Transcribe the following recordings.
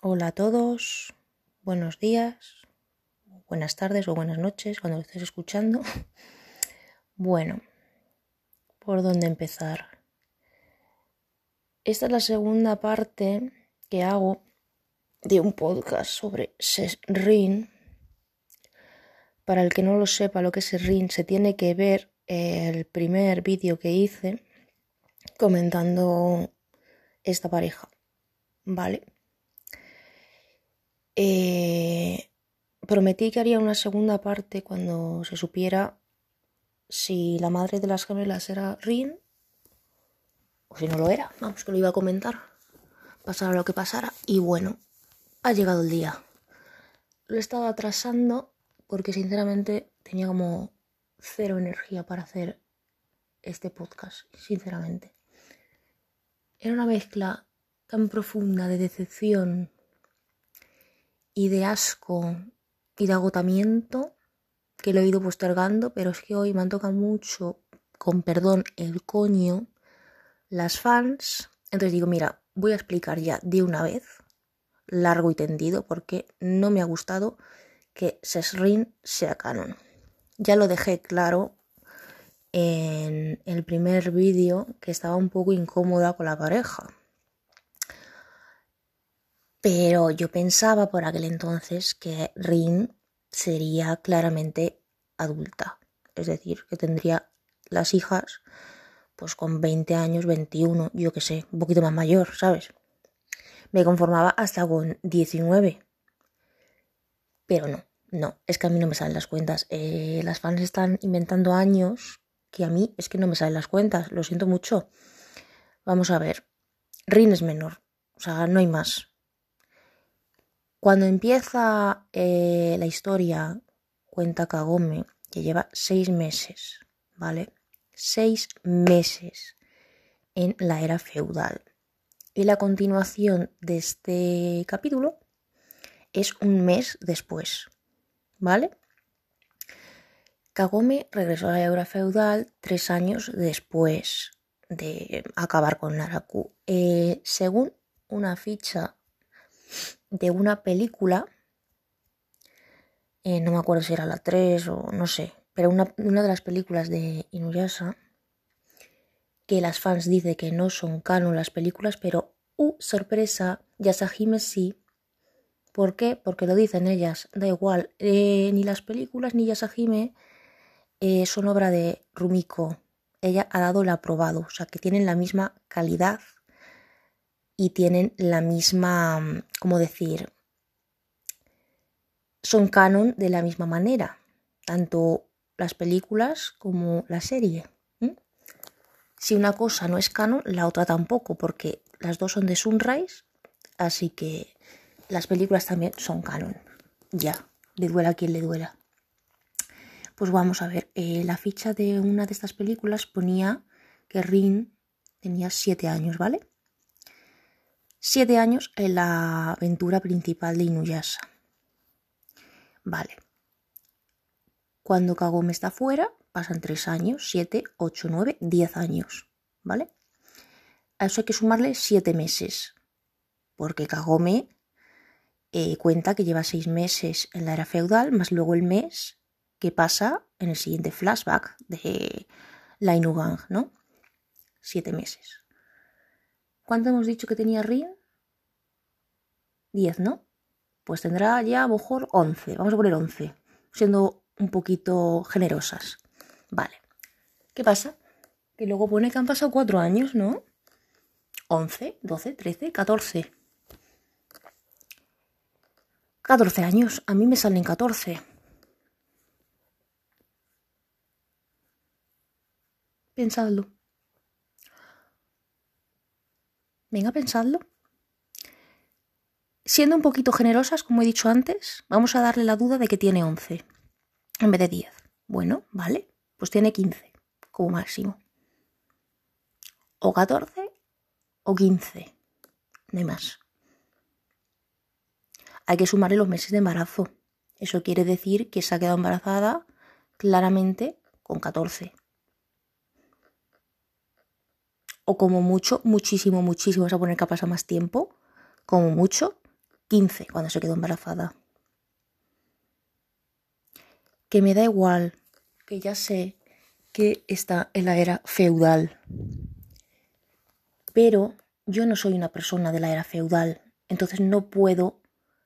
Hola a todos, buenos días, buenas tardes o buenas noches cuando lo estés escuchando. Bueno, ¿por dónde empezar? Esta es la segunda parte que hago de un podcast sobre Sesrin. Para el que no lo sepa lo que es Sesrin, se tiene que ver el primer vídeo que hice comentando esta pareja, ¿vale? Prometí que haría una segunda parte cuando se supiera si la madre de las gemelas era Rin o si no lo era. Vamos, que lo iba a comentar, pasara lo que pasara. Y bueno, ha llegado el día. Lo he estado atrasando porque sinceramente tenía como cero energía para hacer este podcast, sinceramente. Era una mezcla tan profunda de decepción y de asco y de agotamiento que lo he ido postergando, pero es que hoy me han tocado mucho, con perdón, el coño, las fans. Entonces digo, mira, voy a explicar ya de una vez, largo y tendido, porque no me ha gustado que Sesrin sea canon. Ya lo dejé claro en el primer vídeo, que estaba un poco incómoda con la pareja. Pero yo pensaba por aquel entonces que Rin sería claramente adulta. Es decir, que tendría las hijas pues con 20 años, 21, yo qué sé, un poquito más mayor, ¿sabes? Me conformaba hasta con 19. Pero no, es que a mí no me salen las cuentas. Las fans están inventando años que a mí es que no me salen las cuentas, lo siento mucho. Vamos a ver, Rin es menor, o sea, no hay más. Cuando empieza la historia, cuenta Kagome que lleva 6 meses, ¿vale? 6 meses en la era feudal. Y la continuación de este capítulo es un mes después, ¿vale? Kagome regresó a la era feudal 3 años después de acabar con Naraku. Según una ficha de una película, no me acuerdo si era la 3 o no sé, pero una de las películas de Inuyasha, que las fans dicen que no son canon las películas, pero sorpresa, Yasahime sí. ¿Por qué? Porque lo dicen ellas, da igual, ni las películas ni Yasahime son obra de Rumiko. Ella ha dado el aprobado, o sea que tienen la misma calidad y tienen la misma, ¿cómo decir? Son canon de la misma manera, tanto las películas como la serie. Si una cosa no es canon, la otra tampoco, porque las dos son de Sunrise, así que las películas también son canon. Ya, le duela a quien le duela. Pues vamos a ver, la ficha de una de estas películas ponía que Rin tenía 7 años, ¿vale? 7 años en la aventura principal de Inuyasha. Vale. Cuando Kagome está fuera, pasan 3 años, 7, 8, 9, 10 años, ¿vale? A eso hay que sumarle 7 meses, porque Kagome cuenta que lleva 6 meses en la era feudal, más luego el mes que pasa en el siguiente flashback de la Inugang, ¿no? 7 meses. ¿Cuánto hemos dicho que tenía Rin? 10, ¿no? Pues tendrá ya a lo mejor 11. Vamos a poner 11, siendo un poquito generosas. Vale. ¿Qué pasa? Que luego pone que han pasado 4 años, ¿no? 11, 12, 13, 14. 14 años. A mí me salen 14. Pensadlo. Venga, pensadlo. Siendo un poquito generosas, como he dicho antes, vamos a darle la duda de que tiene 11 en vez de 10. Bueno, vale, pues tiene 15 como máximo. O 14 o 15. No hay más. Hay que sumarle los meses de embarazo. Eso quiere decir que se ha quedado embarazada claramente con 14. O como mucho, muchísimo, muchísimo, vas a poner que ha pasado más tiempo, como mucho, 15 cuando se quedó embarazada. Que me da igual, que ya sé que está en la era feudal. Pero yo no soy una persona de la era feudal, entonces no puedo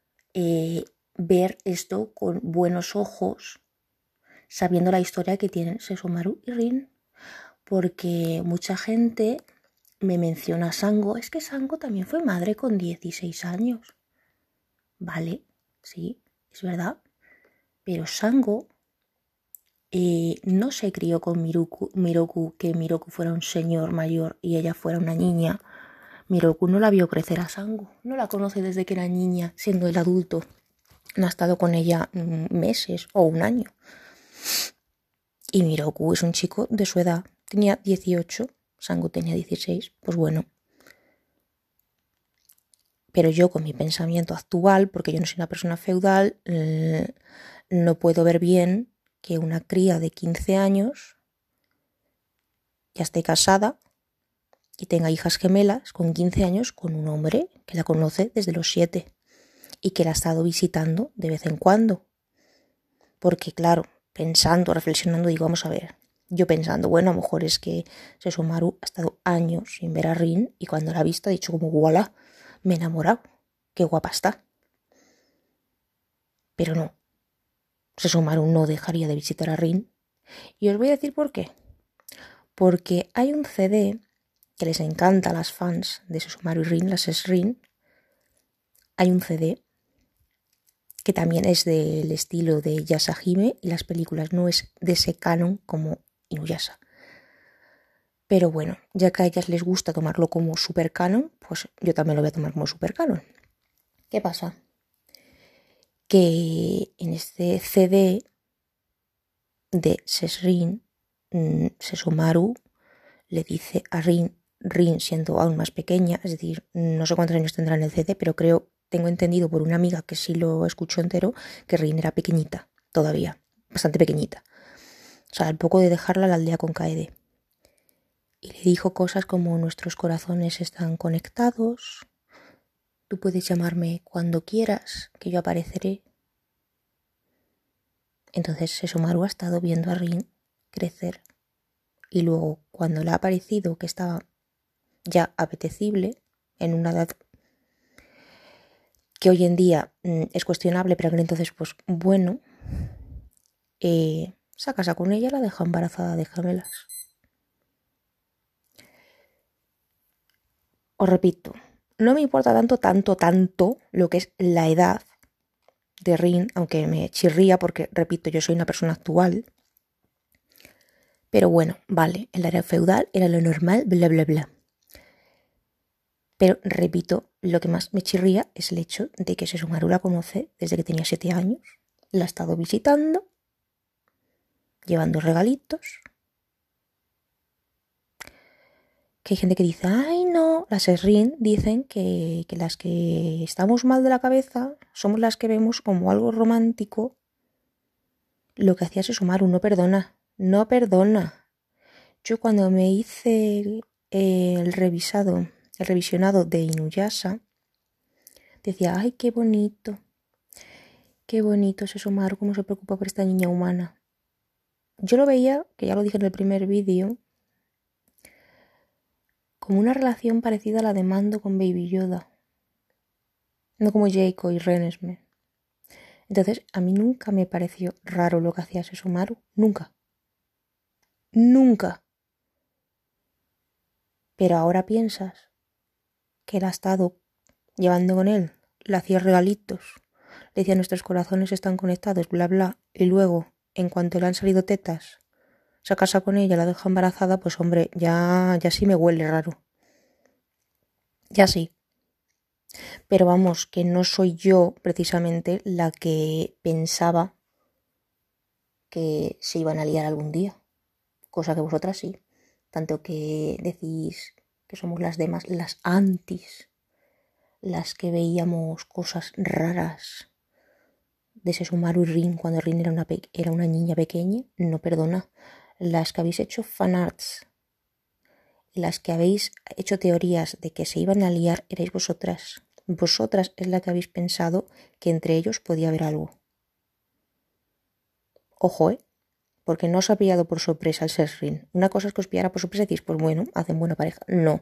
ver esto con buenos ojos, sabiendo la historia que tienen Sesomaru y Rin, porque mucha gente me menciona a Sango. Es que Sango también fue madre con 16 años. Vale, sí, es verdad. Pero Sango no se crió con Miroku, que Miroku fuera un señor mayor y ella fuera una niña. Miroku no la vio crecer a Sango, no la conoce desde que era niña, siendo el adulto. No ha estado con ella meses o un año. Y Miroku es un chico de su edad, tenía 18, Sango tenía 16, pues bueno. Pero yo con mi pensamiento actual, porque yo no soy una persona feudal, no puedo ver bien que una cría de 15 años ya esté casada y tenga hijas gemelas con 15 años con un hombre que la conoce desde los 7 y que la ha estado visitando de vez en cuando. Porque claro, pensando, reflexionando, digo, vamos a ver, yo pensando, bueno, a lo mejor es que Sesomaru ha estado años sin ver a Rin y cuando la ha visto ha dicho como, voilà, me he enamorado, qué guapa está. Pero no, Sesomaru no dejaría de visitar a Rin. Y os voy a decir por qué. Porque hay un CD que les encanta a las fans de Sesomaru y Rin, las S-Rin. Hay un CD que también es del estilo de Yasahime y las películas no es de ese canon como Inuyasha. Pero bueno, ya que a ellas les gusta tomarlo como super canon, pues yo también lo voy a tomar como super canon. ¿Qué pasa? Que en este CD de Sesrin, Sesomaru le dice a Rin siendo aún más pequeña, es decir, no sé cuántos años tendrá en el CD, pero tengo entendido por una amiga que sí lo escuchó entero, que Rin era pequeñita, todavía, bastante pequeñita. O sea, al poco de dejarla la aldea con Kaede. Y le dijo cosas como nuestros corazones están conectados, tú puedes llamarme cuando quieras, que yo apareceré. Entonces Sesomaru ha estado viendo a Rin crecer y luego cuando le ha parecido que estaba ya apetecible, en una edad que hoy en día es cuestionable, pero que entonces pues bueno, se casa con ella, la deja embarazada de gemelas. Os repito, no me importa tanto lo que es la edad de Rin, aunque me chirría porque, repito, yo soy una persona actual. Pero bueno, vale, en la era feudal era lo normal, bla, bla, bla. Pero, repito, lo que más me chirría es el hecho de que Sesomaru la conoce desde que tenía 7 años. La ha estado visitando, llevando regalitos. Que hay gente que dice, ay no, las Esrin dicen que las que estamos mal de la cabeza somos las que vemos como algo romántico lo que hacía Sesomaru. No perdona, no perdona. Yo cuando me hice el revisionado de Inuyasha, decía, ay, qué bonito es Sesomaru, cómo se preocupa por esta niña humana. Yo lo veía, que ya lo dije en el primer vídeo, como una relación parecida a la de Mando con Baby Yoda, no como Jaco y Renesmee. Entonces, a mí nunca me pareció raro lo que hacía Sesomaru, nunca. Pero ahora piensas que él ha estado llevando con él, le hacía regalitos, le decía nuestros corazones están conectados, bla bla, y luego, en cuanto le han salido tetas, se casa con ella, la deja embarazada, pues hombre, ya sí me huele raro. Ya sí. Pero vamos, que no soy yo precisamente la que pensaba que se iban a liar algún día. Cosa que vosotras sí. Tanto que decís que somos las demás, las antis, las que veíamos cosas raras de Sesomaru y Rin cuando Rin era una niña pequeña. No, perdona. Las que habéis hecho fanarts, las que habéis hecho teorías de que se iban a liar, erais vosotras. Vosotras es la que habéis pensado que entre ellos podía haber algo. Ojo, porque no os ha pillado por sorpresa el ser Rin. Una cosa es que os pillara por sorpresa y decís, pues bueno, hacen buena pareja. No.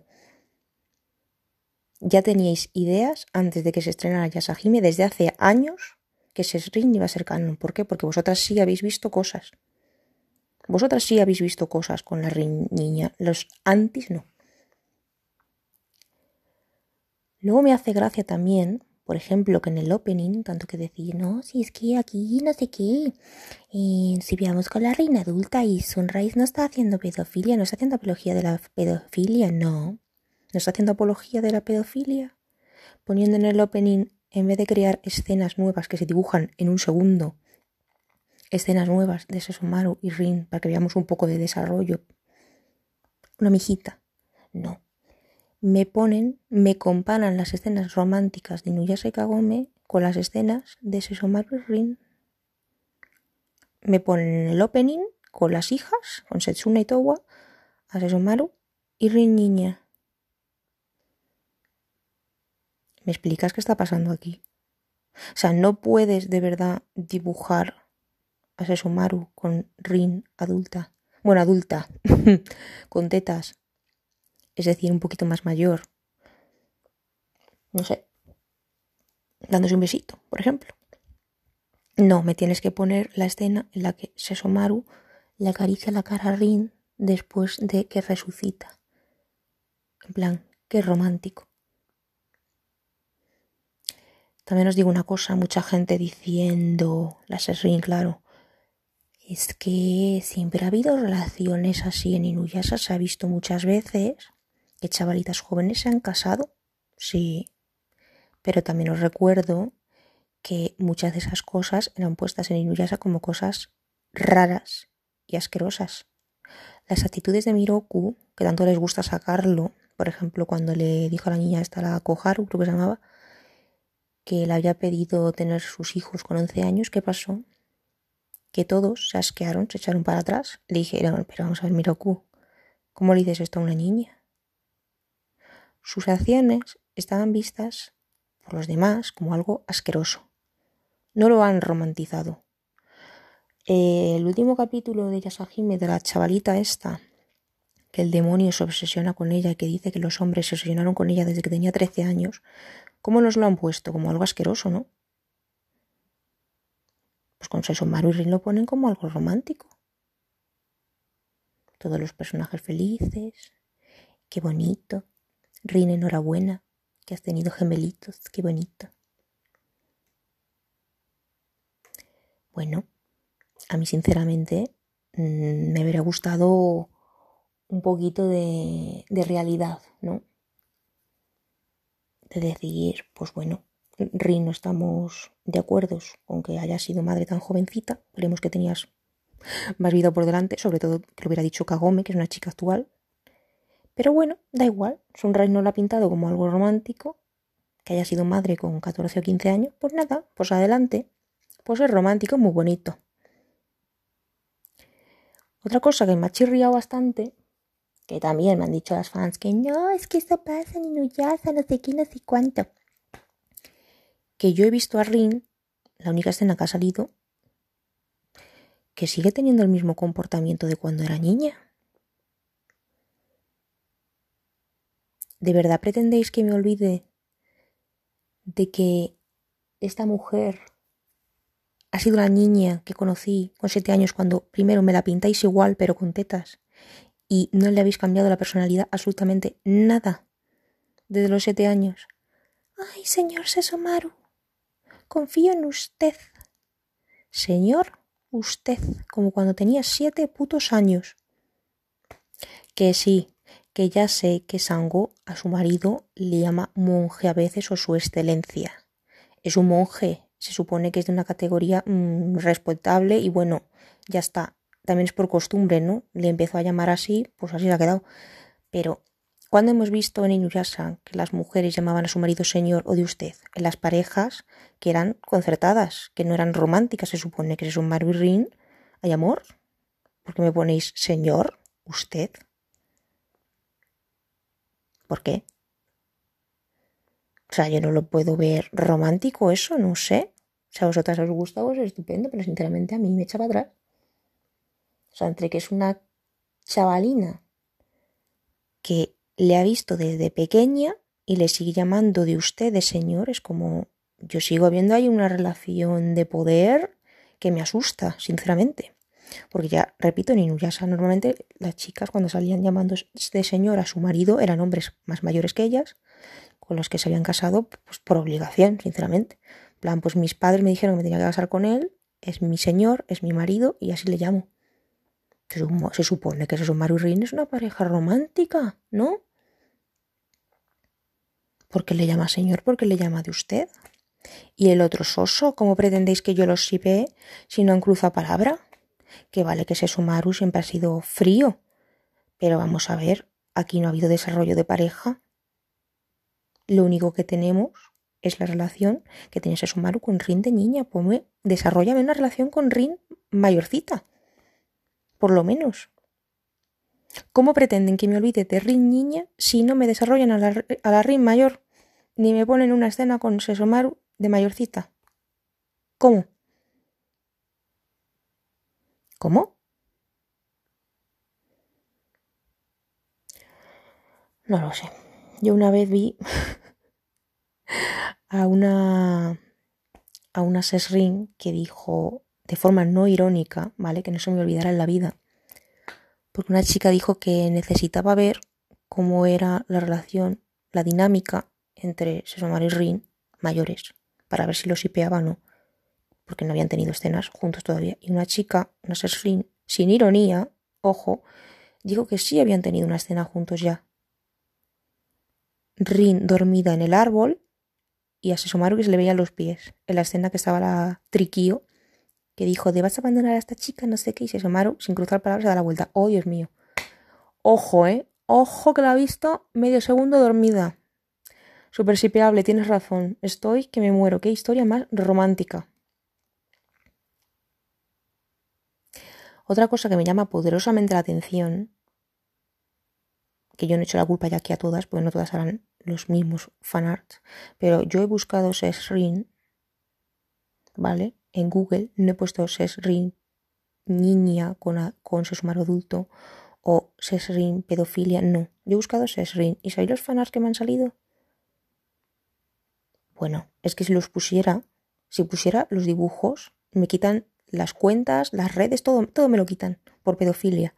Ya teníais ideas antes de que se estrenara Yashahime desde hace años que Sesrin iba a ser canon. ¿Por qué? Porque vosotras sí habéis visto cosas. Vosotras sí habéis visto cosas con la Rin niña. Los antis no. Luego me hace gracia también, por ejemplo, que en el opening, tanto que decir, no, si es que aquí no sé qué, si veamos con la reina adulta y Sunrise no está haciendo pedofilia, no está haciendo apología de la pedofilia, no está haciendo apología de la pedofilia, poniendo en el opening, en vez de crear escenas nuevas que se dibujan en un segundo, escenas nuevas de Sesomaru y Rin para que veamos un poco de desarrollo, una mijita, no. Me comparan las escenas románticas de Inuyasha y Kagome con las escenas de Sesomaru y Rin. Me ponen en el opening con las hijas, con Setsuna y Towa, a Sesomaru y Rin niña. ¿Me explicas qué está pasando aquí? O sea, no puedes de verdad dibujar a Sesomaru con Rin adulta. Bueno, adulta, con tetas. Es decir, un poquito más mayor. No sé, dándose un besito, por ejemplo. No, me tienes que poner la escena en la que Sesomaru le acaricia la cara a Rin después de que resucita. En plan, qué romántico. También os digo una cosa, mucha gente diciendo, la Rin, claro, es que siempre ha habido relaciones así en Inuyasha, se ha visto muchas veces que chavalitas jóvenes se han casado. Sí, pero también os recuerdo que muchas de esas cosas eran puestas en Inuyasha como cosas raras y asquerosas. Las actitudes de Miroku, que tanto les gusta sacarlo, por ejemplo, cuando le dijo a la niña esta, la Koharu, creo que se llamaba, que le había pedido tener sus hijos con 11 años, ¿qué pasó? Que todos se asquearon, se echaron para atrás, le dijeron, pero vamos a ver, Miroku, ¿cómo le dices esto a una niña? Sus acciones estaban vistas por los demás como algo asqueroso. No lo han romantizado. El último capítulo de Yashahime, de la chavalita esta, que el demonio se obsesiona con ella y que dice que los hombres se obsesionaron con ella desde que tenía 13 años, ¿cómo nos lo han puesto? Como algo asqueroso, ¿no? Pues con Sesomaru y Rin lo ponen como algo romántico. Todos los personajes felices, qué bonito. Rin, enhorabuena, que has tenido gemelitos, qué bonito. Bueno, a mí sinceramente me habría gustado un poquito de realidad, ¿no? De decir, pues bueno, Rin, no estamos de acuerdo con que hayas sido madre tan jovencita, creemos que tenías más vida por delante, sobre todo que lo hubiera dicho Kagome, que es una chica actual. Pero bueno, da igual, Sunrise no lo ha pintado como algo romántico, que haya sido madre con 14 o 15 años, pues nada, pues adelante, pues es romántico, muy bonito. Otra cosa que me ha chirriado bastante, que también me han dicho las fans, que no, es que esto pasa en Inuyasha, no sé qué, no sé cuánto. Que yo he visto a Rin, la única escena que ha salido, que sigue teniendo el mismo comportamiento de cuando era niña. ¿De verdad pretendéis que me olvide de que esta mujer ha sido la niña que conocí con 7 años cuando primero me la pintáis igual pero con tetas y no le habéis cambiado la personalidad absolutamente nada desde los 7 años? Ay, señor Sesomaru, confío en usted. Señor, usted, como cuando tenía 7 putos años. Que sí, que ya sé que Sango a su marido le llama monje a veces o su excelencia. Es un monje, se supone que es de una categoría respetable y bueno, ya está. También es por costumbre, ¿no? Le empezó a llamar así, pues así se ha quedado. Pero, ¿cuándo hemos visto en Inuyasha que las mujeres llamaban a su marido señor o de usted? En las parejas que eran concertadas, que no eran románticas, se supone que es un Maru y Rin. ¿Hay amor? ¿Por qué me ponéis señor, usted? ¿Por qué? O sea, yo no lo puedo ver romántico eso, no sé. Si a vosotras os gusta, pues es estupendo, pero sinceramente a mí me echa para atrás. O sea, entre que es una chavalina que le ha visto desde pequeña y le sigue llamando de usted, de señor, es como yo sigo viendo ahí una relación de poder que me asusta, sinceramente. Porque ya, repito, en Inuyasha normalmente las chicas cuando salían llamando de señor a su marido eran hombres más mayores que ellas, con los que se habían casado pues, por obligación, sinceramente. En plan, pues mis padres me dijeron que me tenía que casar con él, es mi señor, es mi marido y así le llamo. Se supone que Sesomaru y Rin es una pareja romántica, ¿no? ¿Por qué le llama señor? ¿Por qué le llama de usted? ¿Y el otro soso? ¿Cómo pretendéis que yo los shipee si no han cruzado palabra? Que vale que Sesomaru siempre ha sido frío, pero vamos a ver, aquí no ha habido desarrollo de pareja. Lo único que tenemos es la relación que tiene Sesomaru con Rin de niña. Desarrollame una relación con Rin mayorcita, por lo menos. ¿Cómo pretenden que me olvide de Rin niña si no me desarrollan a la Rin mayor? Ni me ponen una escena con Sesomaru de mayorcita. ¿Cómo? ¿Cómo? No lo sé. Yo una vez vi a una Sesrin que dijo de forma no irónica, ¿vale? Que no se me olvidara en la vida. Porque una chica dijo que necesitaba ver cómo era la relación, la dinámica entre Sesomaru y Rin mayores, para ver si los shipeaba o no, porque no habían tenido escenas juntos todavía. Y una chica, una Sesrin, sin ironía, ojo, dijo que sí habían tenido una escena juntos ya. Rin dormida en el árbol y a Sesomaru que se le veían los pies. En la escena que estaba la Triquío, que dijo, ¿debas abandonar a esta chica? No sé qué. Y Sesomaru, sin cruzar palabras, se da la vuelta. ¡Oh, Dios mío! Ojo, Ojo que la ha visto medio segundo dormida. Súper shipeable, tienes razón. Estoy que me muero. Qué historia más romántica. Otra cosa que me llama poderosamente la atención, que yo no he hecho la culpa ya aquí a todas, porque no todas harán los mismos fanarts, pero yo he buscado Sesrin, ¿vale? En Google no he puesto Sesrin niña con Sesomaru adulto o Sesrin pedofilia, no. Yo he buscado Sesrin. ¿Y sabéis los fanarts que me han salido? Bueno, es que si pusiera los dibujos, me quitan las cuentas, las redes, todo me lo quitan por pedofilia.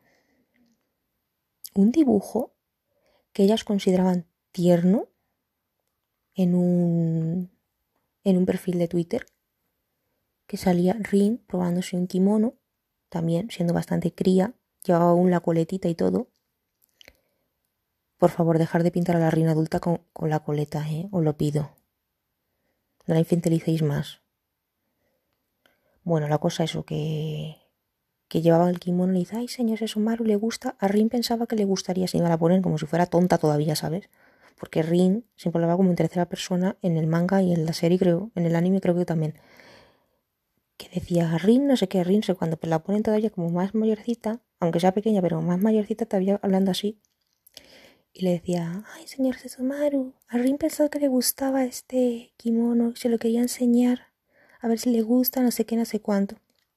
Un dibujo que ellas consideraban tierno en un perfil de Twitter, que salía Rin probándose un kimono, también siendo bastante cría, llevaba aún la coletita y todo. Por favor, dejar de pintar a la Rin adulta con la coleta, os lo pido. No la infantilicéis más. Bueno, la cosa es eso, que llevaba el kimono y le dice, ay, señor Sesomaru, le gusta. A Rin pensaba que le gustaría, se iba a poner como si fuera tonta todavía, ¿sabes? Porque Rin siempre hablaba como en tercera persona en el manga y en la serie, creo, en el anime creo que también. Que decía, Rin no sé qué, Rin no sé cuándo, pero la ponen todavía como más mayorcita, aunque sea pequeña, pero más mayorcita todavía hablando así. Y le decía, ay, señor Sesomaru, a Rin pensó que le gustaba este kimono, se lo quería enseñar, a ver si le gusta, no sé qué, no sé cuánto.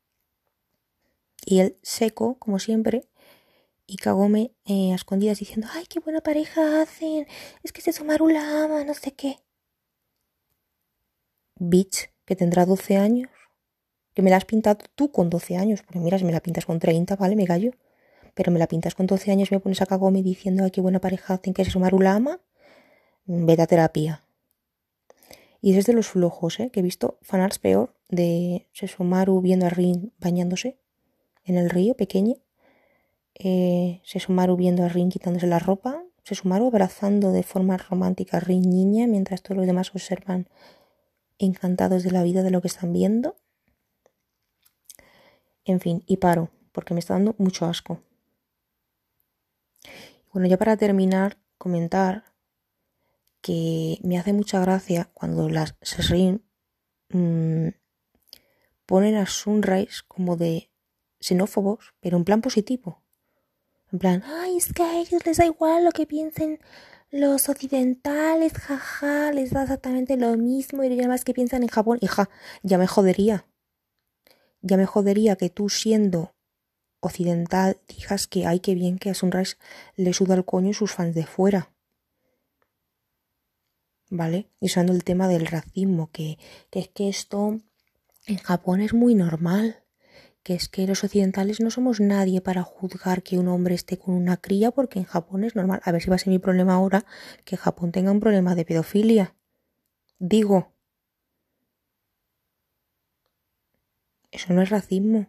Y él seco, como siempre, y Kagome a escondidas diciendo, ay, qué buena pareja hacen, es que Sesomaru la ama, no sé qué. Bitch, que tendrá 12 años, que me la has pintado tú con 12 años, porque mira, si me la pintas con 30, vale, me gallo. Pero me la pintas con 12 años y me pones a Kagome diciendo, ay, qué buena pareja hacen, que Sesomaru la ama, vete a terapia. Y es de los flojos, que he visto fanarts peor de Sesomaru viendo a Rin bañándose en el río pequeño. Sesomaru viendo a Rin quitándose la ropa, Sesomaru abrazando de forma romántica a Rin niña mientras todos los demás observan encantados de la vida de lo que están viendo. En fin, y paro, porque me está dando mucho asco. Bueno, ya para terminar, comentar que me hace mucha gracia cuando las Sesrin ponen a Sunrise como de xenófobos, pero en plan positivo. En plan, ay, es que a ellos les da igual lo que piensen los occidentales, jaja, les da exactamente lo mismo y más que piensan en Japón. Hija, ya me jodería. Ya me jodería que tú siendo occidental digas que ay, qué bien que a Sunrise le suda el coño y sus fans de fuera. ¿Vale? Y usando el tema del racismo, que es que esto en Japón es muy normal. Que es que los occidentales no somos nadie para juzgar que un hombre esté con una cría porque en Japón es normal. A ver si va a ser mi problema ahora que Japón tenga un problema de pedofilia. Digo, eso no es racismo.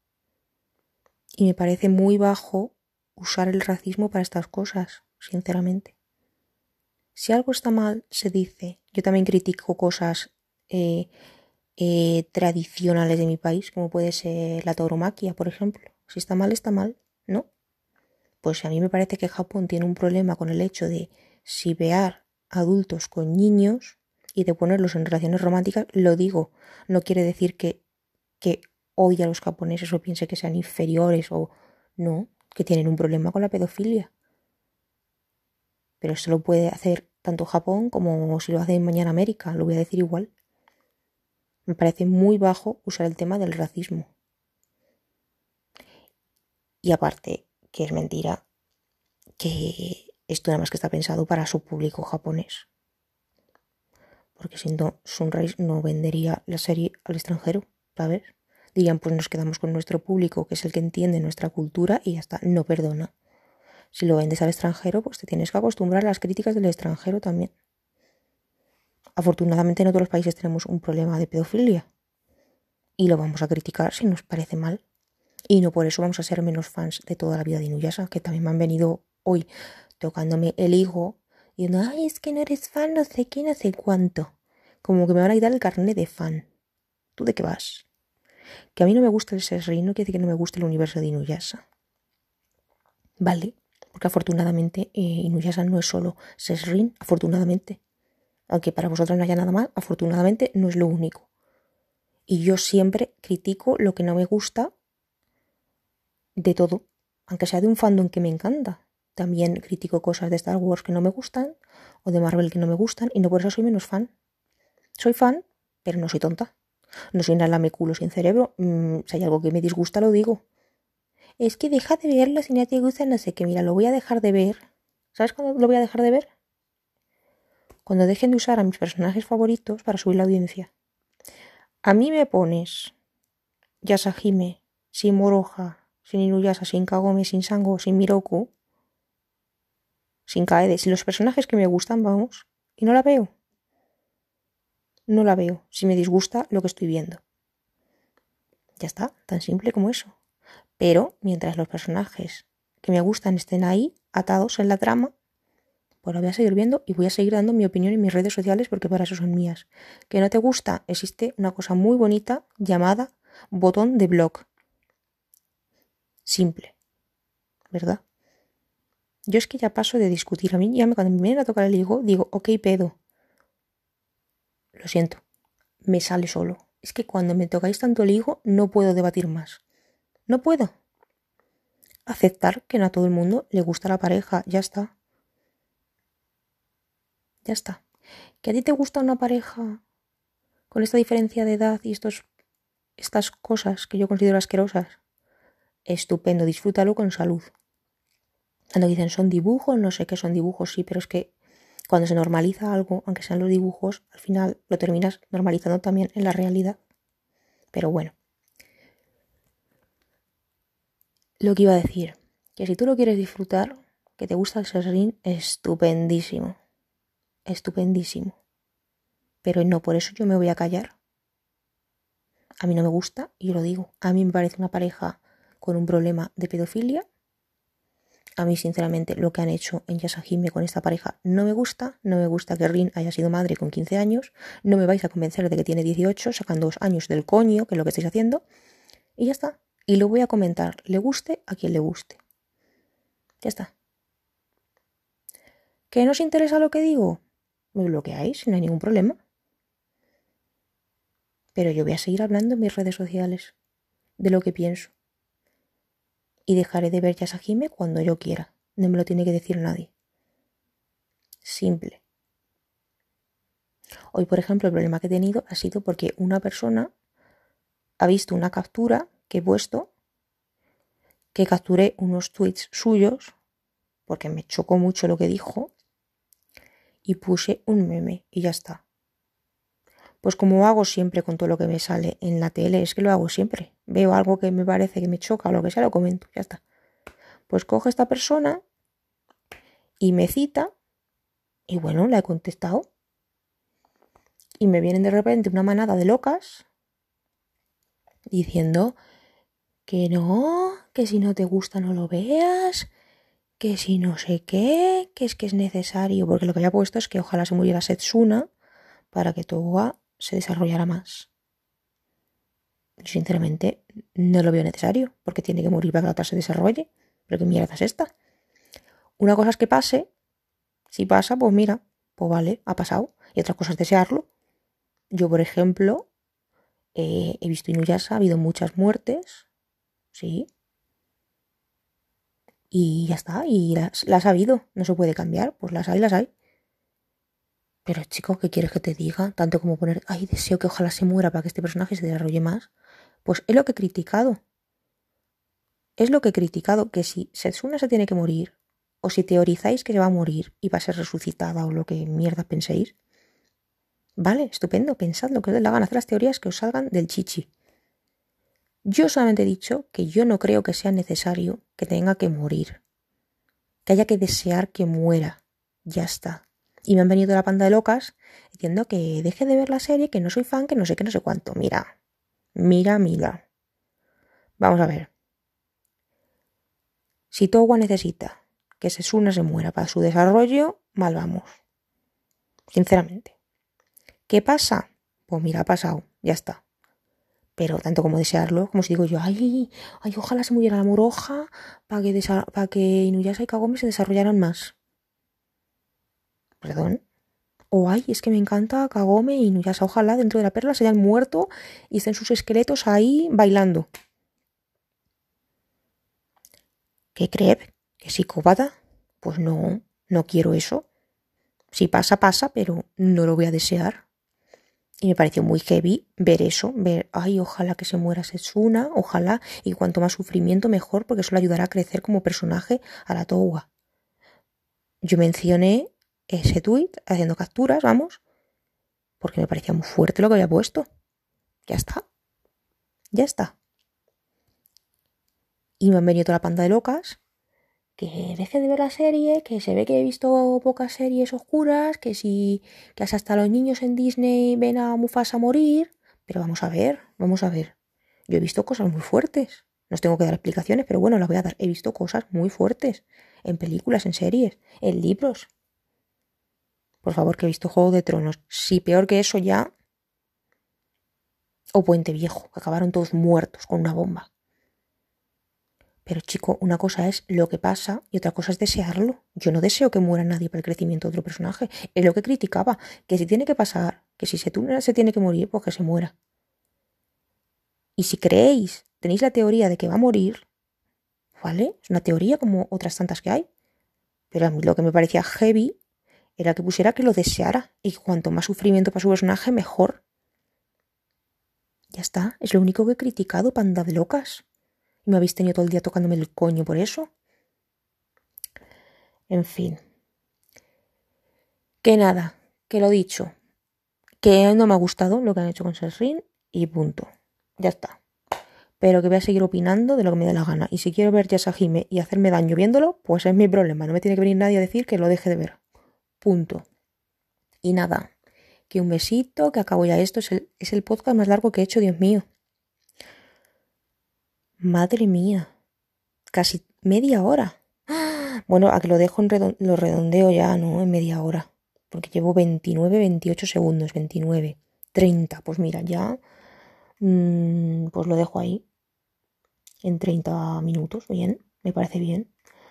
Y me parece muy bajo usar el racismo para estas cosas, sinceramente. Si algo está mal, se dice. Yo también critico cosas tradicionales de mi país, como puede ser la tauromaquia, por ejemplo. Si está mal, ¿no? Pues a mí me parece que Japón tiene un problema con el hecho de shipear adultos con niños y de ponerlos en relaciones románticas. Lo digo, no quiere decir que odie a los japoneses o piense que sean inferiores o no, que tienen un problema con la pedofilia. Pero eso lo puede hacer tanto Japón como si lo hace mañana América, lo voy a decir igual. Me parece muy bajo usar el tema del racismo. Y aparte, que es mentira, que esto nada más que está pensado para su público japonés. Porque si no, Sunrise no vendería la serie al extranjero, ¿sabes? Dirían, pues nos quedamos con nuestro público, que es el que entiende nuestra cultura y ya está, no perdona. Si lo vendes al extranjero, pues te tienes que acostumbrar a las críticas del extranjero también. Afortunadamente en otros países tenemos un problema de pedofilia y lo vamos a criticar si nos parece mal. Y no por eso vamos a ser menos fans de toda la vida de Inuyasha, que también me han venido hoy tocándome el higo y diciendo, ay, es que no eres fan, no sé qué, no sé cuánto. Como que me van a quitar el carnet de fan. ¿Tú de qué vas? Que a mí no me gusta el Sesrin no quiere decir que no me guste el universo de Inuyasha. Vale, porque afortunadamente Inuyasha no es solo Sesrin, afortunadamente. Aunque para vosotros no haya nada más, afortunadamente no es lo único. Y yo siempre critico lo que no me gusta de todo, aunque sea de un fandom que me encanta. También critico cosas de Star Wars que no me gustan o de Marvel que no me gustan y no por eso soy menos fan. Soy fan, pero no soy tonta. No soy una culo sin cerebro. Si hay algo que me disgusta, lo digo. Es que deja de verlo si no te gusta, no sé qué. Mira, lo voy a dejar de ver. ¿Sabes cuándo lo voy a dejar de ver? Cuando dejen de usar a mis personajes favoritos para subir la audiencia. A mí me pones Yasahime, sin Moroha, sin Inuyasha, sin Kagome, sin Sango, sin Miroku, sin Kaede, sin los personajes que me gustan, vamos, y no la veo. No la veo, si me disgusta lo que estoy viendo. Ya está, tan simple como eso. Pero mientras los personajes que me gustan estén ahí, atados en la trama, pues la voy a seguir viendo y voy a seguir dando mi opinión en mis redes sociales porque para eso son mías. ¿Que no te gusta? Existe una cosa muy bonita llamada botón de blog. Simple, ¿verdad? Yo es que ya paso de discutir. A mí ya cuando me vienen a tocar el higo, digo, ok, pedo. Lo siento, me sale solo. Es que cuando me tocáis tanto el higo, no puedo debatir más. No puedo. Aceptar que no a todo el mundo le gusta la pareja, ya está. Ya está. ¿Que a ti te gusta una pareja con esta diferencia de edad y estas cosas que yo considero asquerosas? Estupendo, disfrútalo con salud. Cuando dicen son dibujos, no sé qué son dibujos, sí, pero es que cuando se normaliza algo, aunque sean los dibujos, al final lo terminas normalizando también en la realidad. Pero bueno. Lo que iba a decir, que si tú lo quieres disfrutar, que te gusta el Sesrin, estupendísimo. Estupendísimo. Pero no por eso yo me voy a callar. A mí no me gusta, y yo lo digo. A mí me parece una pareja con un problema de pedofilia. A mí, sinceramente, lo que han hecho en Yasahime con esta pareja no me gusta. No me gusta que Rin haya sido madre con 15 años. No me vais a convencer de que tiene 18, sacando 2 años del coño, que es lo que estáis haciendo. Y ya está. Y lo voy a comentar, le guste a quien le guste. Ya está. ¿Que no os interesa lo que digo? Me bloqueáis, no hay ningún problema. Pero yo voy a seguir hablando en mis redes sociales de lo que pienso. Y dejaré de ver Yasahime cuando yo quiera. No me lo tiene que decir nadie. Simple. Hoy, por ejemplo, el problema que he tenido ha sido porque una persona ha visto una captura que he puesto, que capturé unos tweets suyos, porque me chocó mucho lo que dijo, y puse un meme y ya está. Pues como hago siempre con todo lo que me sale en la tele, es que lo hago siempre. Veo algo que me parece que me choca o lo que sea, lo comento, ya está. Pues coge esta persona y me cita y bueno, la he contestado. Y me vienen de repente una manada de locas diciendo que no, que si no te gusta no lo veas, que si no sé qué, que es necesario. Porque lo que había puesto es que ojalá se muriera Setsuna para que Towa se desarrollara más. Yo sinceramente no lo veo necesario, porque tiene que morir para que la otra se desarrolle. ¿Pero qué mierda es esta? Una cosa es que pase, si pasa, pues mira, pues vale, ha pasado. Y otra cosa es desearlo. Yo, por ejemplo, he visto Inuyasha, ha habido muchas muertes, sí, y ya está, y las ha habido, no se puede cambiar, pues las hay, las hay. Pero chico, ¿qué quieres que te diga? Tanto como poner, ay, deseo que ojalá se muera para que este personaje se desarrolle más. Pues es lo que he criticado. Es lo que he criticado, que si Setsuna se tiene que morir, o si teorizáis que se va a morir y va a ser resucitada o lo que mierda penséis, vale, estupendo, pensad lo que os dé la gana, haced las teorías que os salgan del chichi. Yo solamente he dicho que yo no creo que sea necesario que tenga que morir, que haya que desear que muera, ya está. Y me han venido la panda de locas diciendo que deje de ver la serie, que no soy fan, que no sé qué, no sé cuánto. Mira. Vamos a ver. Si Towa necesita que Setsuna se muera para su desarrollo, mal vamos. Sinceramente. ¿Qué pasa? Pues mira, ha pasado, ya está. Pero tanto como desearlo, como si digo yo, ay, ojalá se muriera la Moroja para que Inuyasha y Kagome se desarrollaran más. Perdón. O ay, es que me encanta Kagome y Inuyasha, ojalá dentro de la perla se hayan muerto y estén sus esqueletos ahí bailando. ¿Qué crees? ¿Qué psicópata? Pues no, no quiero eso. Si pasa, pasa, pero no lo voy a desear. Y me pareció muy heavy ver eso, ver, ay, ojalá que se muera Setsuna, ojalá, y cuanto más sufrimiento mejor, porque eso le ayudará a crecer como personaje a la Towa. Yo mencioné ese tuit haciendo capturas, vamos, porque me parecía muy fuerte lo que había puesto. Ya está, ya está. Y me han venido toda la panda de locas, que deje de ver la serie, que se ve que he visto pocas series oscuras, que si, que hasta los niños en Disney ven a Mufasa morir. Pero vamos a ver. Yo he visto cosas muy fuertes. No os tengo que dar explicaciones, pero bueno, las voy a dar. He visto cosas muy fuertes. En películas, en series, en libros. Por favor, que he visto Juego de Tronos. Si peor que eso ya. O Puente Viejo, que acabaron todos muertos con una bomba. Pero chico, una cosa es lo que pasa y otra cosa es desearlo. Yo no deseo que muera nadie para el crecimiento de otro personaje. Es lo que criticaba. Que si tiene que pasar, que si se tiene que morir, pues que se muera. Y si creéis, tenéis la teoría de que va a morir, ¿vale? Es una teoría como otras tantas que hay. Pero a mí lo que me parecía heavy era que pusiera que lo deseara. Y cuanto más sufrimiento para su personaje, mejor. Ya está. Es lo único que he criticado, panda de locas. Y me habéis tenido todo el día tocándome el coño por eso. En fin. Que nada, que lo dicho. Que no me ha gustado lo que han hecho con Sesrin y punto. Ya está. Pero que voy a seguir opinando de lo que me dé la gana. Y si quiero ver Yasahime y hacerme daño viéndolo, pues es mi problema. No me tiene que venir nadie a decir que lo deje de ver. Punto. Y nada. Que un besito, que acabo ya esto. Es el podcast más largo que he hecho, Dios mío. Madre mía. Casi media hora. Bueno, a que lo dejo lo redondeo ya, ¿no? En media hora. Porque llevo 29, 28 segundos, 29, 30. Pues mira, ya pues lo dejo ahí. En 30 minutos, bien, me parece bien.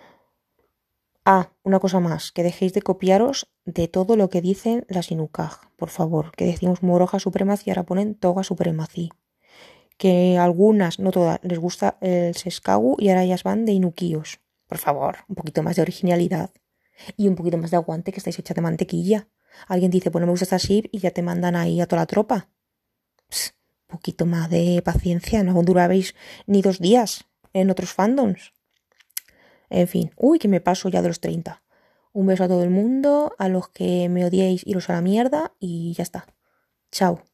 Una cosa más, que dejéis de copiaros de todo lo que dicen las Inukaj, por favor. Que decimos Moroja Supremacy y ahora ponen Toga Supremacy. Que algunas, no todas, les gusta el Seskagu y ahora ellas van de Inukios. Por favor, un poquito más de originalidad. Y un poquito más de aguante, que estáis hechas de mantequilla. Alguien dice, pues no me gusta esta ship y ya te mandan ahí a toda la tropa. Pss, poquito más de paciencia, no durabais ni 2 días en otros fandoms. En fin, uy, que me paso ya de los 30. Un beso a todo el mundo, a los que me odiéis iros a la mierda y ya está. Chao.